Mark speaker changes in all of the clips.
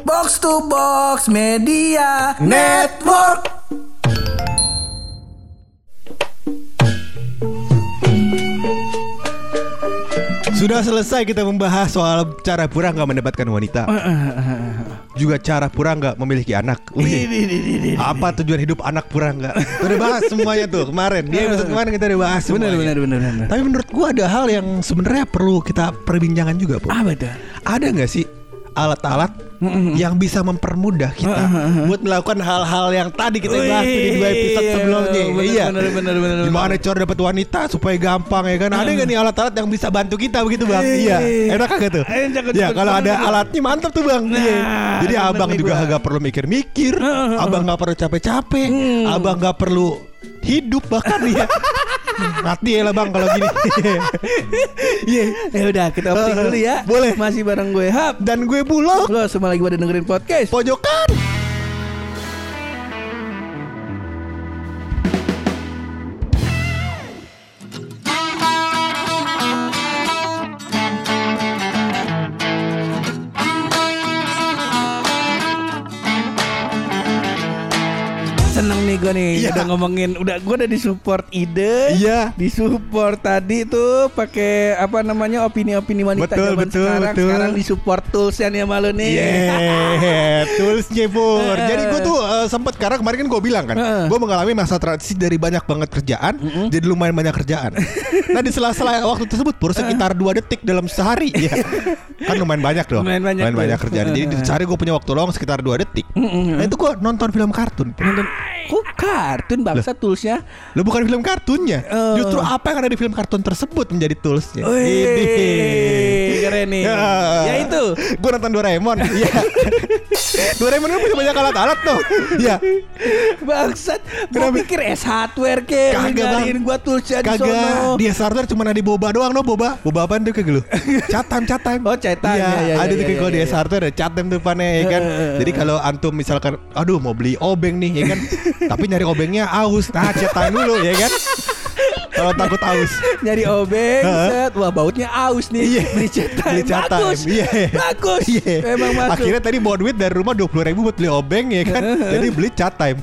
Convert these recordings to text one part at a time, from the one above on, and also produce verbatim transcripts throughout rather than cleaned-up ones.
Speaker 1: Box to Box Media Network.
Speaker 2: Sudah selesai kita membahas soal cara Purangga mendapatkan wanita, juga cara Purangga memiliki anak. Wih, apa tujuan hidup anak Purangga? Udah bahas semuanya tuh kemarin. Dia episode kemarin kita udah bahas semuanya.
Speaker 1: Benar, benar, benar.
Speaker 2: Tapi menurut gua ada hal yang sebenarnya perlu kita perbincangan juga, Bu.
Speaker 1: Apa dah?
Speaker 2: Ada nggak sih alat-alat yang bisa mempermudah kita buat melakukan hal-hal yang tadi kita bahas di dua episode sebelumnya?
Speaker 1: Bener,
Speaker 2: Iya,
Speaker 1: bener, bener, bener,
Speaker 2: gimana cara dapat wanita supaya gampang ya kan? Ada nggak nih alat-alat yang bisa bantu kita begitu, Bang? Iya, enak kagak tuh? Ya kalau ada alatnya mantap tuh, Bang. Iya. Jadi abang juga nggak perlu mikir-mikir, abang nggak perlu capek-capek, abang nggak perlu hidup bahkan ya. Mati ya lah bang kalau gini.
Speaker 1: Iya. Ya udah kita opening dulu ya.
Speaker 2: Boleh.
Speaker 1: Masih bareng gue Hap
Speaker 2: dan gue Bulog.
Speaker 1: Lo semua lagi pada dengerin podcast
Speaker 2: Pojokan.
Speaker 1: Seneng nih gue nih,
Speaker 2: ya.
Speaker 1: Udah ngomongin, udah gue udah disupport ide,
Speaker 2: iya.
Speaker 1: Disupport tadi tuh pakai apa namanya opini-opini wanita
Speaker 2: betul,
Speaker 1: zaman
Speaker 2: betul,
Speaker 1: sekarang.
Speaker 2: betul.
Speaker 1: Sekarang disupport toolsnya nih sama lo nih.
Speaker 2: Yeah, toolsnya Pur. Jadi gue tuh uh, sempet karena kemarin kan gue bilang kan, uh. gue mengalami masa transisi dari banyak banget kerjaan, uh-uh. jadi lumayan banyak kerjaan. Nah di sela-sela waktu tersebut Pur sekitar dua detik dalam sehari, ya. Kan lumayan banyak dong.
Speaker 1: Lumayan banyak,
Speaker 2: lumayan banyak kerjaan. Jadi di sehari gue punya waktu luang sekitar dua detik. Uh-uh. Nah itu gue nonton film kartun.
Speaker 1: Nonton kok kartun bangsa toolsnya?
Speaker 2: Lo bukan film kartunnya, uh. justru apa yang ada di film kartun tersebut menjadi toolsnya. Ini
Speaker 1: keren nih. Ya, ya itu.
Speaker 2: Gue nonton Doraemon. Iya. Doraemon kan punya banyak alat-alat tuh. Iya.
Speaker 1: Bangsat. Gue pikir S hardware ke. Kagak gue toolsnya di sono.
Speaker 2: Kagak. Dia hardware cuma ada boba doang no boba. Boba apaan tuh kayak lu? Chat time, chat time.
Speaker 1: Oh chat time.
Speaker 2: Iya.
Speaker 1: Ya, ya,
Speaker 2: ada
Speaker 1: ya,
Speaker 2: tuh kayak
Speaker 1: ya,
Speaker 2: kalau
Speaker 1: ya,
Speaker 2: di S hardware ada chat time tuh pane ya kan. Jadi kalau antum misalkan, aduh mau beli obeng nih ya kan. Tapi nyari obengnya aus. Nah chat time dulu ya kan. Kalau takut aus
Speaker 1: nyari obeng set. Wah bautnya aus nih.
Speaker 2: Iya.
Speaker 1: Beli chat time.
Speaker 2: Beli chat time.
Speaker 1: Bagus.
Speaker 2: Iya.
Speaker 1: Bagus.
Speaker 2: Iya.
Speaker 1: Memang masuk.
Speaker 2: Akhirnya tadi bawa duit dari rumah dua puluh ribu buat beli obeng ya kan. Jadi beli chat time.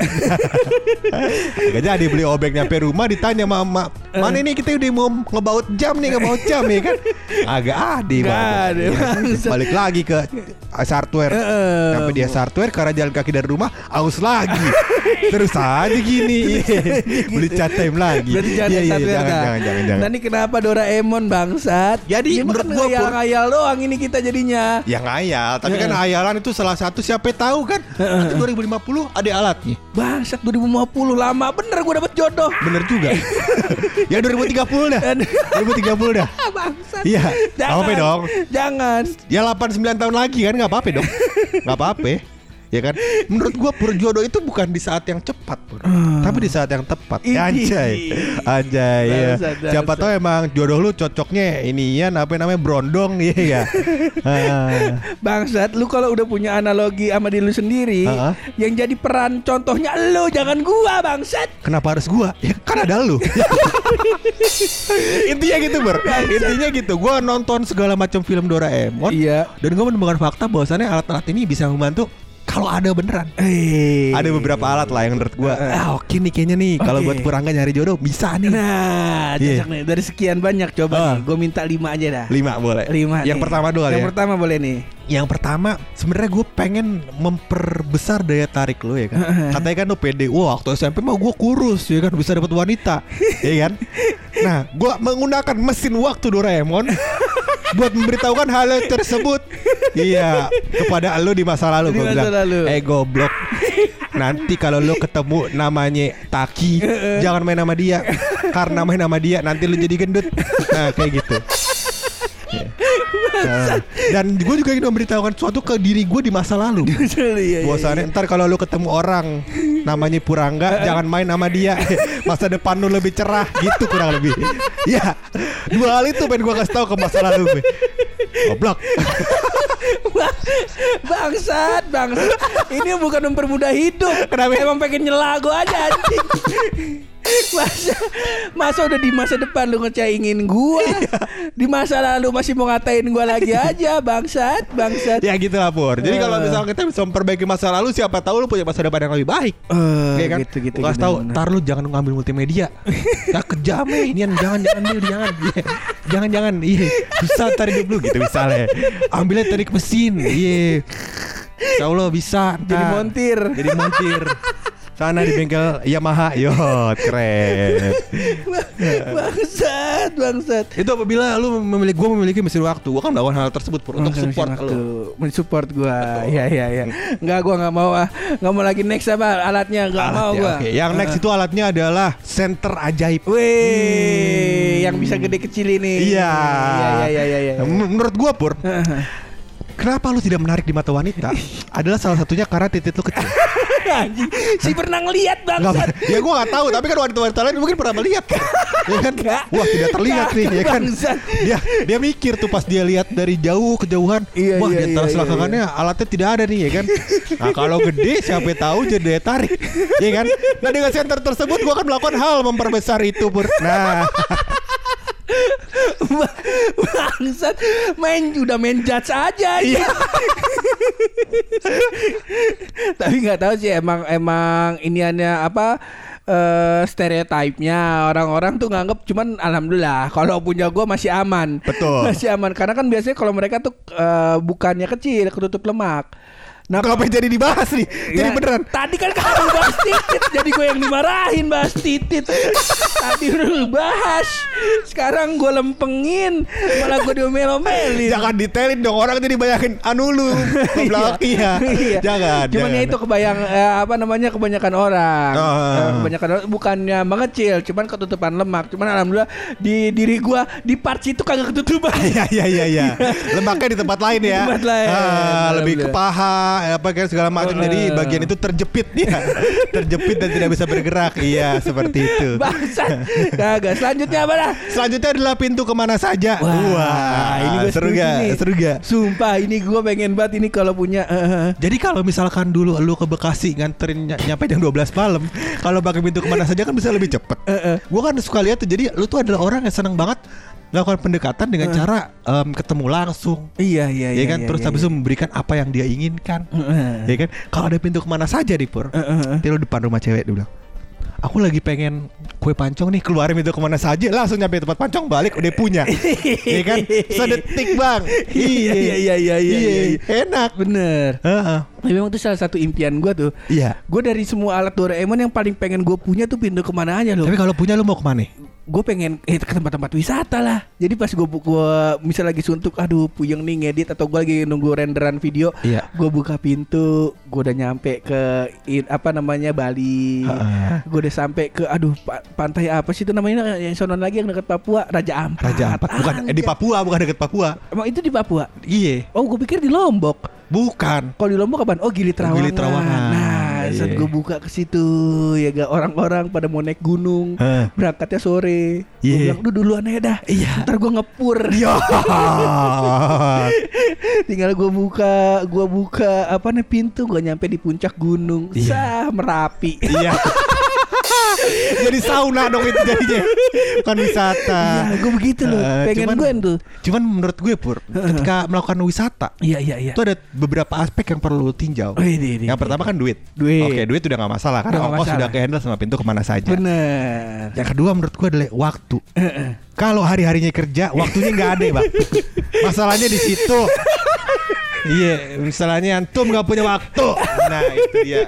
Speaker 2: Gak jadi beli obeng nyampe rumah ditanya sama emak, mana ini kita udah mau ngebaut jam nih, ngebaut jam ya kan. Agak adi
Speaker 1: banget.
Speaker 2: Ya, balik lagi ke hardware. Sampai dia hardware karena jalan kaki dari rumah aus lagi. Terus aja gini. Beli chat time lagi.
Speaker 1: Berarti jangan
Speaker 2: iya, iya,
Speaker 1: hardware
Speaker 2: jangan,
Speaker 1: kan?
Speaker 2: jangan, jangan, jangan.
Speaker 1: Nah ini kenapa Doraemon bangsat?
Speaker 2: Jadi
Speaker 1: ini
Speaker 2: menurut
Speaker 1: kan
Speaker 2: gua
Speaker 1: ngayal-ngayal doang ini kita jadinya.
Speaker 2: Ya ngayal, tapi kan hayalan itu salah satu siapa tahu kan. Nanti dua ribu lima puluh ada alatnya.
Speaker 1: Bangsat dua ribu lima puluh lama bener gue dapet jodoh.
Speaker 2: Bener juga. Ya dua ribu tiga puluh dah. dua ribu tiga puluh dah.
Speaker 1: Bangsat.
Speaker 2: Iya. Gak apa-apa dong.
Speaker 1: Jangan.
Speaker 2: Ya delapan sembilan tahun lagi kan gak apa-apa dong. Gak apa-apa. Ya kan. Menurut gua berjodoh itu bukan di saat yang cepat Pur, uh. tapi di saat yang tepat. Anjay. Anjay ya. Siapa tahu emang jodoh lu cocoknya inian apa namanya brondong ya. uh.
Speaker 1: Bangsat, lu kalau udah punya analogi sama diri lu sendiri, uh-huh. yang jadi peran contohnya lu, jangan gua bangsat.
Speaker 2: Kenapa harus gua? Ya kan ada lu. Intinya gitu Bro. Intinya gitu. Gua nonton segala macam film Doraemon.
Speaker 1: Iya.
Speaker 2: Dan gua menemukan fakta bahwasannya alat-alat ini bisa membantu. Kalau ada beneran,
Speaker 1: hey.
Speaker 2: ada beberapa alat lah yang menurut gue ah oke nih kayaknya nih okay. Kalau buat Purangga nyari jodoh bisa nih.
Speaker 1: Nah cocok yeah. nih. Dari sekian banyak coba uh. nih gue minta lima aja dah.
Speaker 2: Lima boleh.
Speaker 1: Lima
Speaker 2: Yang
Speaker 1: nih.
Speaker 2: pertama dulu
Speaker 1: Yang
Speaker 2: ya.
Speaker 1: pertama boleh nih.
Speaker 2: Yang pertama sebenarnya gue pengen memperbesar daya tarik lo ya kan. Katanya kan lo pede. Wah waktu S M P mah gue kurus ya kan, bisa dapat wanita ya kan. Nah gue menggunakan mesin waktu Doraemon buat memberitahukan hal tersebut. Iya, kepada lo di masa lalu. Gue bilang, lalu. eh goblok, nanti kalau lo ketemu namanya Taki, jangan main sama dia, karena main sama dia nanti lo jadi gendut. Nah kayak gitu. Nah, dan gue juga ingin memberitahukan sesuatu ke diri gue di masa lalu. Bahwasannya ntar kalau lo ketemu orang namanya Purangga, jangan main sama dia. Masa depan lo lebih cerah gitu kurang lebih. Ya, dua hal itu pengen gue kasih tahu ke masa lalu gue. Goblok.
Speaker 1: Bangsat, bangsat. Ini bukan mempermudah hidup. Kenapa? Emang pengen nyela gue aja anjing. Masa, masa udah di masa depan lu ngecaingin gua. Di masa lalu masih mau ngatain gua lagi aja, bangsat, bangsat.
Speaker 2: Ya gitu lah Pur. Jadi uh. kalau misalnya kita bisa memperbaiki masa lalu, siapa tahu lu punya masa depan yang lebih baik.
Speaker 1: Uh,
Speaker 2: ya kan?
Speaker 1: Gitu gitu.
Speaker 2: Gua kasih tahu, ntar lu jangan ngambil multimedia. Ya kejam nih, Nian jangan jangan dulu jangan. Yeah. Jangan jangan. Iya. Bisa ntar hidup lu gitu misalnya. Ambilnya teknik mesin. Iya. Insya Allah bisa.
Speaker 1: Jadi nah, montir.
Speaker 2: Jadi montir. Sana di bengkel Yamaha. Yo, keren.
Speaker 1: Bangsat, bangsat.
Speaker 2: Itu apabila lu memiliki, gua memiliki mesin waktu, gua kan melakukan hal tersebut Pur, untuk support lu.
Speaker 1: Mensupport gua. Iya iya iya. Enggak, gua enggak mau ah. Enggak mau lagi next apa alatnya, enggak mau gua.
Speaker 2: Oke, okay. Yang next uh. itu alatnya adalah senter ajaib.
Speaker 1: Wih, hmm. yang bisa gede kecil ini.
Speaker 2: Iya.
Speaker 1: Iya iya iya iya.
Speaker 2: Menurut gua Pur, kenapa lu tidak menarik di mata wanita? Adalah salah satunya karena titik lu kecil.
Speaker 1: Anjing, si pernah ngeliat bangsat.
Speaker 2: Ya gue gak tahu, tapi kan wanita-wanita lain mungkin pernah melihat. Ya kan? Wah, tidak terlihat nih, ya kan? Dia dia mikir tuh pas dia lihat dari jauh kejauhan.
Speaker 1: Iya,
Speaker 2: wah,
Speaker 1: iya,
Speaker 2: di antara
Speaker 1: iya,
Speaker 2: selangkangannya
Speaker 1: iya.
Speaker 2: alatnya tidak ada nih, ya kan? Nah, kalau gede siapa tahu jadi daya tarik. Ya kan? Nah, dengan center tersebut gue akan melakukan hal memperbesar itu, Pur. Nah,
Speaker 1: bangsat, main udah main judge aja. Iya. Tapi nggak tahu sih emang emang iniannya apa uh, stereotipnya orang-orang tuh nganggep, cuman alhamdulillah kalau punya gue masih aman.
Speaker 2: Betul.
Speaker 1: Masih aman karena kan biasanya kalau mereka tuh uh, bukannya kecil, ketutup lemak.
Speaker 2: Nah, kenapa jadi dibahas nih? Jadi
Speaker 1: ya,
Speaker 2: beneran.
Speaker 1: Tadi kan kamu bahas titit, jadi gue yang dimarahin bahas titit. Tadi udah lu bahas, sekarang gue lempengin, malah gue diomel-omelin.
Speaker 2: Jangan detailin dong, orang jadi bayangin anu lu belakangnya.
Speaker 1: Iya.
Speaker 2: Jangan.
Speaker 1: Cuman
Speaker 2: jangan.
Speaker 1: ya itu kebayang eh, apa namanya kebanyakan orang.
Speaker 2: Oh.
Speaker 1: Eh, kebanyakan orang bukannya mengecil, cuman ketutupan lemak. Cuman alhamdulillah di diri gue di parts itu kagak ketutupan.
Speaker 2: Iya iya iya iya. Lemaknya di tempat lain ya.
Speaker 1: Di tempat lain.
Speaker 2: Ah, lebih ke paha, apa kayak segala macam. Uh. Jadi bagian itu terjepit ya. Terjepit dan tidak bisa bergerak. Iya, seperti itu.
Speaker 1: Bangsat. Kagak. Selanjutnya apa dah?
Speaker 2: Selanjutnya adalah pintu kemana saja.
Speaker 1: Wah,
Speaker 2: Wah
Speaker 1: ini gue
Speaker 2: seru gak? Seru gak?
Speaker 1: Sumpah ini gue pengen banget ini kalau punya. Uh,
Speaker 2: Jadi kalau misalkan dulu lu ke Bekasi nganterin ny- nyampe jam dua belas malam, kalau pakai pintu kemana saja kan bisa lebih cepet. Uh, uh. Gue kan suka lihat tuh. Jadi lu tuh adalah orang yang seneng banget melakukan pendekatan dengan uh. cara um, ketemu langsung.
Speaker 1: Iya iya iya.
Speaker 2: Ya kan,
Speaker 1: iya,
Speaker 2: terus
Speaker 1: iya,
Speaker 2: habis
Speaker 1: iya.
Speaker 2: itu memberikan apa yang dia inginkan.
Speaker 1: Uh.
Speaker 2: Ya kan, kalau ada pintu kemana saja nih Pur, uh, uh, uh. dia lu depan rumah cewek, dia bilang, aku lagi pengen kue pancong nih, keluarin pintu kemana saja, langsung nyampe tempat pancong, balik udah punya. Ya kan, sedetik bang.
Speaker 1: Iya iya iya iya iya.
Speaker 2: Enak
Speaker 1: bener.
Speaker 2: uh-uh.
Speaker 1: Memang itu salah satu impian gue tuh.
Speaker 2: Iya.
Speaker 1: Gue dari semua alat Doraemon yang paling pengen gue punya tuh pintu kemana aja loh.
Speaker 2: Tapi kalau punya lu mau kemana?
Speaker 1: Gue pengen eh, ke tempat-tempat wisata lah. Jadi pas gue gua misal lagi suntuk, aduh puyeng nih ngedit, atau gue lagi nunggu renderan video,
Speaker 2: iya.
Speaker 1: gue buka pintu, gue udah nyampe ke in, apa namanya Bali.
Speaker 2: uh-uh.
Speaker 1: Gue udah sampai ke aduh pa- pantai apa sih itu namanya yang sonon lagi yang dekat Papua, Raja Ampat.
Speaker 2: Raja Ampat bukan eh, di Papua, bukan dekat Papua.
Speaker 1: Emang itu di Papua?
Speaker 2: Iya.
Speaker 1: Oh, gue pikir di Lombok.
Speaker 2: Bukan.
Speaker 1: Kalau di Lombok kapan? Oh, Gili Trawangan.
Speaker 2: Gili Trawangan.
Speaker 1: Nah, saat gue buka ke situ, ya gak orang-orang pada mau naik gunung,
Speaker 2: huh.
Speaker 1: berangkatnya sore.
Speaker 2: Yeah.
Speaker 1: Gue bilang, "Duh, duluan aja dah.
Speaker 2: Iya.
Speaker 1: Ntar gue ngepur."
Speaker 2: Iya.
Speaker 1: Tinggal gue buka, gue buka apa nih pintu, gue nyampe di puncak gunung.
Speaker 2: Iya.
Speaker 1: Sah, Merapi.
Speaker 2: Iya. Jadi sauna dong itu jadinya, bukan wisata.
Speaker 1: Iya, gue begitu loh.
Speaker 2: Uh,
Speaker 1: Pengen
Speaker 2: cuman,
Speaker 1: gue tuh.
Speaker 2: Cuman menurut gue Pur, ketika melakukan wisata,
Speaker 1: iya iya iya,
Speaker 2: itu ada beberapa aspek yang perlu tinjau.
Speaker 1: Oh, ini, ini,
Speaker 2: yang
Speaker 1: ini.
Speaker 2: pertama kan duit.
Speaker 1: Duit.
Speaker 2: Oke, duit udah nggak masalah karena ongkos sudah ke-handle sama pintu kemana saja.
Speaker 1: Bener.
Speaker 2: Yang kedua menurut gue adalah waktu. Kalau hari-harinya kerja, waktunya nggak ada, Bang. Masalahnya di situ. Iya, misalnya antum nggak punya waktu. Nah, itu dia.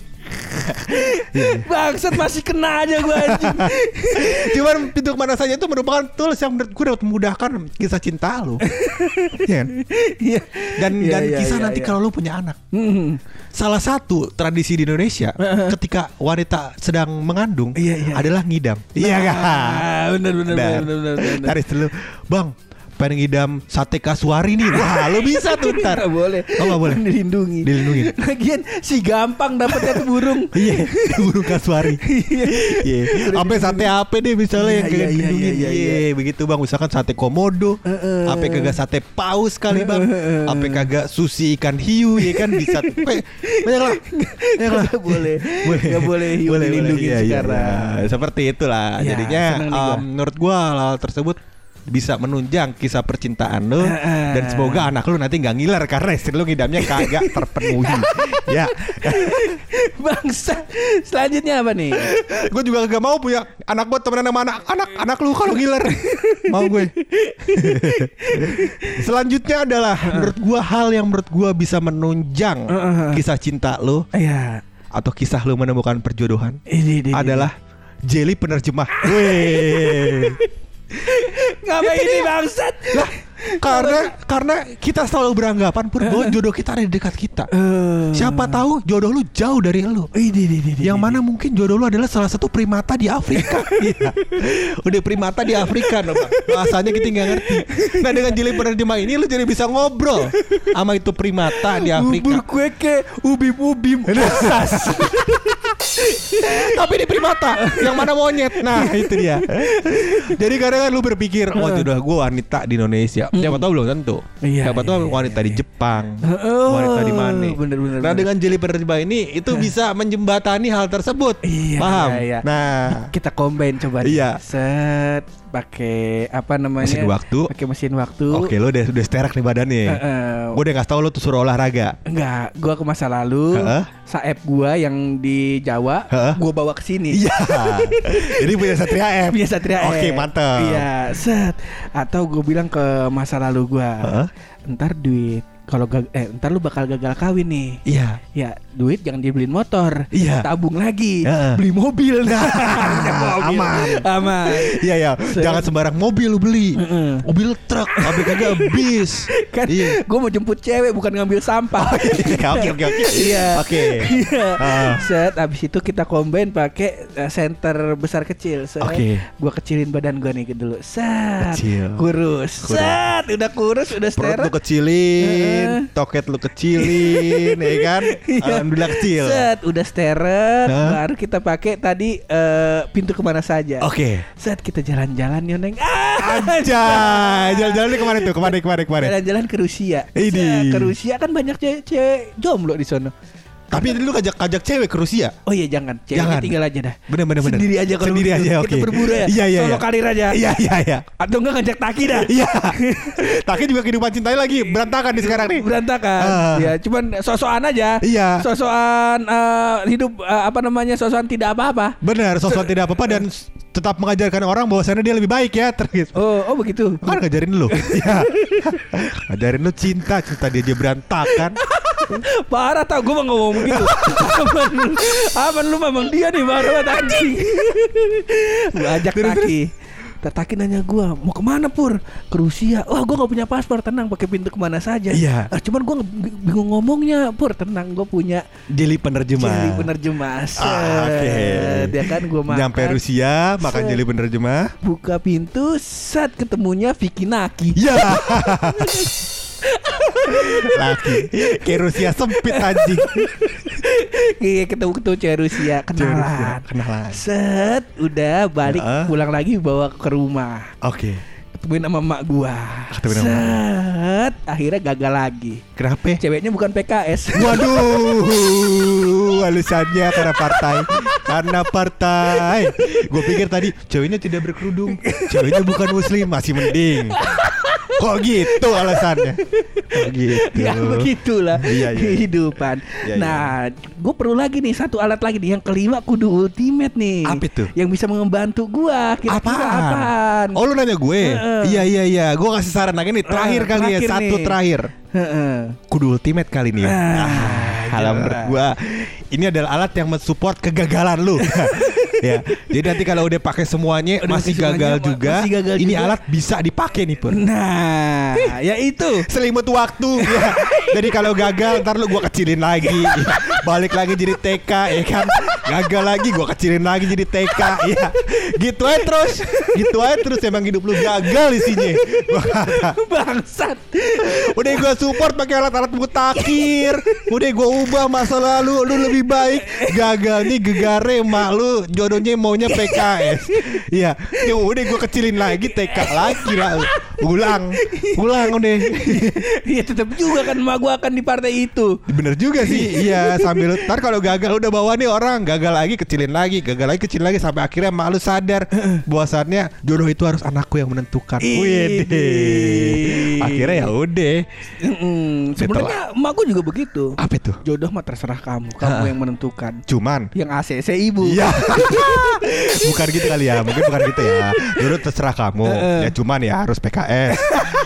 Speaker 1: Bangsat, masih kena aja gue anjing.
Speaker 2: Cuman pintu kemana saja itu merupakan tools yang menurut gue dapat memudahkan kisah cinta lo. Iya.
Speaker 1: Iya.
Speaker 2: Dan
Speaker 1: ya,
Speaker 2: dan
Speaker 1: ya,
Speaker 2: kisah
Speaker 1: ya,
Speaker 2: nanti
Speaker 1: ya.
Speaker 2: kalau lo punya anak.
Speaker 1: Hmm.
Speaker 2: Salah satu tradisi di Indonesia ketika wanita sedang mengandung
Speaker 1: iya, iya.
Speaker 2: adalah ngidam. Iya
Speaker 1: nah,
Speaker 2: kan?
Speaker 1: Benar benar benar benar benar.
Speaker 2: Taris dulu, Bang. pengen ngidam sate kasuari nih. Wah, lu bisa tuh ntar.
Speaker 1: Nggak boleh.
Speaker 2: Oh nggak boleh.
Speaker 1: Dilindungi.
Speaker 2: Dilindungi.
Speaker 1: Lagian si gampang dapetnya tuh burung.
Speaker 2: Iya, burung kasuari. Iya. Sampai sate apa deh misalnya yang kayak dilindungi. Iya, begitu bang. Misalkan sate komodo, apa kagak sate paus kali bang, apa kagak sushi ikan hiu ya kan bisa. Banyak lah. Banyak lah.
Speaker 1: Boleh. Boleh. Gak boleh hiu dilindungi sekarang.
Speaker 2: Seperti itulah. Jadinya menurut gua hal tersebut bisa menunjang kisah percintaan lo, dan semoga anak lo nanti nggak ngiler karena istri lo ngidamnya kagak terpenuhi. Ya.
Speaker 1: Bangsa. Selanjutnya apa nih?
Speaker 2: Gue juga gak mau punya anak buat temenan sama anak anak anak lu kalau ngiler. Mau gue. Selanjutnya adalah menurut gue hal yang menurut gue bisa menunjang kisah cinta lo.
Speaker 1: Iya.
Speaker 2: Atau kisah lo menemukan perjodohan.
Speaker 1: Ini, ini,
Speaker 2: adalah jelly penerjemah. Weh.
Speaker 1: Ngapain ini bangsat? Lah,
Speaker 2: karena karena kita selalu beranggapan pur bahwa jodoh kita ada di dekat kita. Uh. Siapa tahu jodoh lu jauh dari lu. Ini, ini, ini, yang mana mungkin jodoh lu adalah salah satu primata di Afrika. Udah primata di Afrika, no, Bang. Bahasanya kita nggak ngerti. Nah dengan jeli penerjemah ini lu jadi bisa ngobrol sama itu primata di Afrika.
Speaker 1: Bubur kue ke ubim ubim.
Speaker 2: Tapi di primata yang mana monyet. Nah itu dia. Jadi kadang kan lu berpikir, oh jodoh gue wanita di Indonesia. Siapa tahu belum tentu.
Speaker 1: Iya,
Speaker 2: Siapa tahu
Speaker 1: iya,
Speaker 2: wanita
Speaker 1: iya,
Speaker 2: di Jepang,
Speaker 1: oh,
Speaker 2: wanita di mana.
Speaker 1: Bener, bener,
Speaker 2: nah
Speaker 1: bener.
Speaker 2: dengan jeli penerjemah ini itu bisa menjembatani hal tersebut.
Speaker 1: Iya,
Speaker 2: paham?
Speaker 1: Iya, iya.
Speaker 2: Nah
Speaker 1: kita combine coba.
Speaker 2: Iya.
Speaker 1: Set pakai apa namanya?
Speaker 2: Mesin waktu.
Speaker 1: Pakai mesin waktu.
Speaker 2: Oke, lo udah udah sterak nih badannya. Uh, uh, gue udah nggak tahu lo tuh suruh olahraga.
Speaker 1: Enggak, gue ke masa lalu. Uh-uh. Saeb gue yang di Jawa, uh-uh. gue bawa ke sini.
Speaker 2: Iya. Jadi punya Satria F.
Speaker 1: Punya Satria F.
Speaker 2: Oke, mantap.
Speaker 1: Iya, set. Atau gue bilang ke masa lalu gue, uh-uh. ntar duit. Kalau gag- eh ntar lu bakal gagal kawin nih.
Speaker 2: Iya.
Speaker 1: Ya duit jangan dibeliin motor.
Speaker 2: Iya.
Speaker 1: Tabung lagi.
Speaker 2: Uh.
Speaker 1: Beli mobil. Nah, mobil.
Speaker 2: Aman.
Speaker 1: Aman.
Speaker 2: Iya ya. Jangan sembarang mobil lu beli. Uh-uh. Mobil truk. Tapi kagak bis.
Speaker 1: Kan. Iya. Gue mau jemput cewek bukan ngambil sampah.
Speaker 2: Oke oke oke.
Speaker 1: Iya.
Speaker 2: Oke.
Speaker 1: Set. Abis itu kita combine pakai uh, center besar kecil. Oke.
Speaker 2: Okay.
Speaker 1: Gue kecilin badan gue nih dulu. Set.
Speaker 2: Kecil.
Speaker 1: Kurus. Kurus. Set. Udah kurus. Udah steril.
Speaker 2: Perut lu kecilin. Uh. Toket lu kecilin, ya kan? Alhamdulillah kecil.
Speaker 1: Set, udah steret, huh? Baru kita pakai tadi uh, pintu kemana saja.
Speaker 2: Oke. Okay.
Speaker 1: Set, kita jalan-jalan Yoneng. Ah,
Speaker 2: anjay. Jalan-jalan kemana tuh? Kemana kemana kemana?
Speaker 1: Jalan-jalan ke Rusia.
Speaker 2: Ini.
Speaker 1: Ke Rusia kan banyak cewek jomblo di sono.
Speaker 2: Tapi lu kajak-kajak cewek ke Rusia.
Speaker 1: Oh iya jangan, cewek tinggal aja dah.
Speaker 2: Bener bener bener.
Speaker 1: Sendiri aja kalau
Speaker 2: sendiri
Speaker 1: begitu.
Speaker 2: Aja, okay.
Speaker 1: Kita berburu ya.
Speaker 2: Iya iya.
Speaker 1: Solo karir aja.
Speaker 2: Iya iya iya.
Speaker 1: Atau enggak ngajak Taki dah.
Speaker 2: Iya. Taki juga kehidupan cintanya lagi berantakan nih sekarang nih.
Speaker 1: Berantakan. Uh. Ya, cuman sosokan aja.
Speaker 2: Iya.
Speaker 1: Sosokan uh, hidup uh, apa namanya? Sosokan tidak apa-apa.
Speaker 2: Benar, sosokan tidak apa-apa dan tetap mengajarkan orang bahwasannya dia lebih baik ya terus.
Speaker 1: Oh, oh begitu.
Speaker 2: Kan ngajarin lu. Iya. Ngajarin lu cinta, cinta dia aja berantakan.
Speaker 1: Parah tau gue mah ngomong begitu. Aman lu, aman lu memang dia nih baru tadi. Gue ajak Taki. Taki nanya gue mau kemana Pur? Ke Rusia. Wah gue gak punya paspor, tenang pakai pintu kemana saja.
Speaker 2: Iya.
Speaker 1: Ah, cuman gue bingung ngomongnya Pur, tenang gue punya
Speaker 2: jeli penerjemah.
Speaker 1: Jeli penerjemah.
Speaker 2: Ah, oke. Okay.
Speaker 1: Dia kan gue makan.
Speaker 2: Nyampe Rusia makan set. Jeli penerjemah.
Speaker 1: Buka pintu, saat ketemunya Vicky Naki.
Speaker 2: Iya. Laki kayak Rusia sempit anjing.
Speaker 1: Iya ketemu-ketemu cewek Rusia. Kenalan
Speaker 2: Kenalan
Speaker 1: set. Udah balik uh. pulang lagi bawa ke rumah.
Speaker 2: Oke okay.
Speaker 1: Ketemuin sama emak gua.
Speaker 2: Ketemuin
Speaker 1: set
Speaker 2: sama
Speaker 1: akhirnya gagal lagi.
Speaker 2: Kenapa?
Speaker 1: Ceweknya bukan P K S.
Speaker 2: Waduh. Alasannya karena partai. Karena partai. Gue pikir tadi ceweknya tidak berkerudung, ceweknya bukan muslim, masih mending. Kok gitu alasannya? Kok gitu?
Speaker 1: Ya begitulah
Speaker 2: iya, iya.
Speaker 1: kehidupan.
Speaker 2: Iya,
Speaker 1: nah, gue perlu lagi nih satu alat lagi nih. Yang kelima kudu ultimate nih.
Speaker 2: Apa itu?
Speaker 1: Yang bisa membantu gue. Kira-kira
Speaker 2: apaan?
Speaker 1: apaan?
Speaker 2: Oh lu nanya gue? Uh, Iya iya iya. Gue kasih saran lagi nih. Terakhir uh, kali terakhir ya. Satu nih. Terakhir. Uh, uh. Kudu ultimate kali nih ya. Uh, ah, Alam menurut gue ini adalah alat yang mensupport kegagalan lu. Ya, jadi nanti kalau udah pakai semuanya udah masih gagal semuanya, juga, masih gagal ini juga. Alat bisa dipakai nih Pur.
Speaker 1: Nah, ya itu
Speaker 2: selimut waktu. Ya. Jadi kalau gagal ntar lu gua kecilin lagi, balik lagi jadi T K, ya kan? Gagal lagi, gue kecilin lagi jadi T K. Ya, gitu aja terus, gitu aja terus. Emang hidup lu gagal isinya. Gua kata,
Speaker 1: bangsat.
Speaker 2: udah gue support pakai alat-alat mutakhir. Udah gue ubah masa lalu lu lebih baik. Gagal nih gegare emak lu, jodohnya maunya P K S. Iya, ya udah gue kecilin lagi T K lagi lah. Ulang, ulang udah.
Speaker 1: Iya tetap juga kan emak gua akan di partai itu.
Speaker 2: Bener juga sih. Iya, sambil ntar kalau gagal udah bawa nih orang, gagal lagi kecilin lagi, gagal lagi kecilin lagi sampai akhirnya emak lu sadar bahwasannya jodoh itu harus anakku yang menentukan. Wih, akhirnya ya udah.
Speaker 1: Mm, sebenarnya emak gua juga begitu.
Speaker 2: Apa itu?
Speaker 1: Jodoh mah terserah kamu, kamu yang menentukan.
Speaker 2: Cuman
Speaker 1: yang A C C ibu.
Speaker 2: Iya. Bukan gitu kali ya, mungkin bukan gitu ya. Jodoh terserah kamu. Ya cuman ya harus P K S.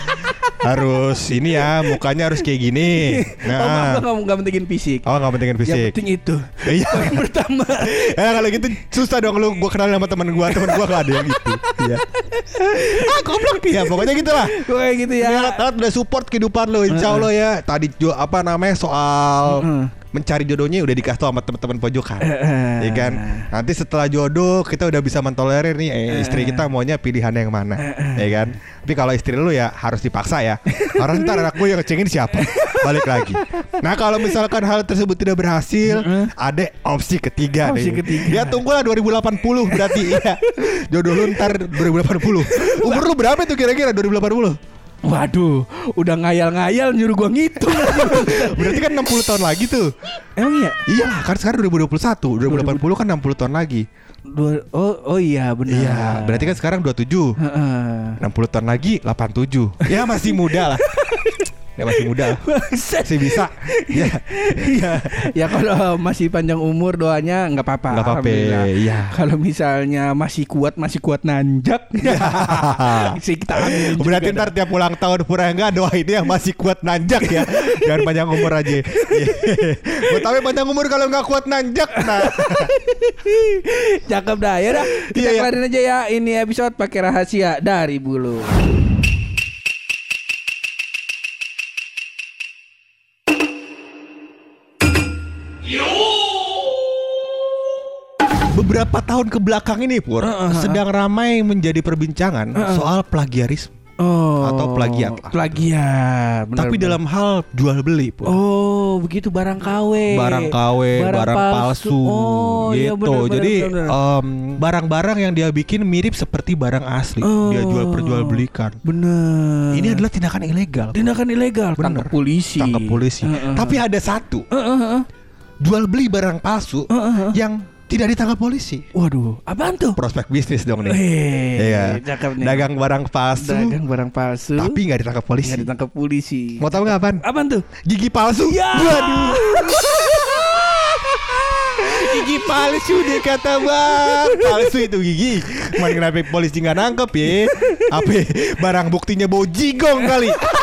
Speaker 2: Harus ini ya, mukanya harus kayak gini.
Speaker 1: Nah, oh, kamu nggak pentingin fisik.
Speaker 2: Oh, nggak pentingin fisik.
Speaker 1: Yang penting itu.
Speaker 2: Iya.
Speaker 1: Yang pertama.
Speaker 2: Ya kalau gitu susah dong lu. Gue kenal sama teman gue, teman gue gak ada yang gitu. Iya. Ah, goblok ya. Pokoknya gitulah.
Speaker 1: Kayak gitu ya.
Speaker 2: Alat-alat udah support kehidupan lo, insya Allah ya. Tadi jo, apa namanya soal mencari jodohnya udah dikasih tau sama teman-teman pojokan, uh, ya kan. Nanti setelah jodoh kita udah bisa mentolerir nih eh, istri kita maunya pilihan yang mana, uh, ya kan. Tapi kalau istri lu ya harus dipaksa ya. Orang ntar anak gue yang ngecengin siapa? Balik lagi. Nah kalau misalkan hal tersebut tidak berhasil, uh, ada opsi ketiga
Speaker 1: opsi
Speaker 2: nih.
Speaker 1: Ketiga.
Speaker 2: Ya tunggulah dua ribu delapan puluh berarti ya. Jodoh lu ntar dua ribu delapan puluh. Umur lu berapa tuh kira-kira dua ribu delapan puluh?
Speaker 1: Waduh, udah ngayal-ngayal nyuruh gua ngitung.
Speaker 2: Berarti kan enam puluh tahun lagi tuh.
Speaker 1: Emang iya?
Speaker 2: Iya lah, kan sekarang dua ribu dua puluh satu, dua ribu delapan puluh kan enam puluh tahun lagi.
Speaker 1: Dua, oh, oh iya benar.
Speaker 2: Iya, berarti kan sekarang dua puluh tujuh. enam puluh tahun lagi delapan puluh tujuh. Ya masih muda lah. Ya masih muda lah. Masih bisa. Ya.
Speaker 1: Ya, ya kalau masih panjang umur doanya enggak apa-apa.
Speaker 2: Enggak apa-apa. Iya.
Speaker 1: Kalau misalnya masih kuat, masih kuat nanjak. Ya. Sih kita amin.
Speaker 2: Berarti ntar tiap ulang tahun pura enggak doainnya masih kuat nanjak ya. Jangan panjang umur aja. Gue tahu panjang umur kalau enggak kuat nanjak. Nah.
Speaker 1: Cakep dah. Ya udah, kita
Speaker 2: iya,
Speaker 1: kelarin aja ya ini episode pakai rahasia dari bulu.
Speaker 2: Beberapa tahun ke belakang ini Pur, uh, uh, sedang ramai menjadi perbincangan uh, uh. soal plagiarisme.
Speaker 1: Oh,
Speaker 2: atau plagiat lah.
Speaker 1: Plagiat. Benar,
Speaker 2: Tapi benar. Dalam hal jual beli Pur.
Speaker 1: Oh, begitu barang K W.
Speaker 2: Barang K W, barang, barang palsu, palsu
Speaker 1: oh,
Speaker 2: gitu.
Speaker 1: Iya benar,
Speaker 2: Jadi
Speaker 1: benar, benar.
Speaker 2: Um, barang-barang yang dia bikin mirip seperti barang asli.
Speaker 1: Oh,
Speaker 2: dia jual perjualbelikan.
Speaker 1: Benar.
Speaker 2: Ini adalah tindakan ilegal.
Speaker 1: Tindakan ilegal. Tangkap polisi.
Speaker 2: Tangkap polisi. Uh, uh, Tapi ada satu.
Speaker 1: Uh, uh, uh.
Speaker 2: Jual beli barang palsu uh, uh, uh. yang tidak ditangkap polisi.
Speaker 1: Waduh, apaan tuh?
Speaker 2: Prospek bisnis dong nih.
Speaker 1: Iya.
Speaker 2: Dagang barang palsu.
Speaker 1: Dagang barang palsu.
Speaker 2: Tapi nggak ditangkap polisi.
Speaker 1: Nggak ditangkap polisi.
Speaker 2: Mau tahu nggak apaan?
Speaker 1: Apaan tuh?
Speaker 2: Gigi palsu.
Speaker 1: Ya.
Speaker 2: Waduh. Gigi palsu dia kata bang. Palsu itu gigi. Mana kenapa polisi nggak nangkep ya? Apa? Barang buktinya bau jigong kali.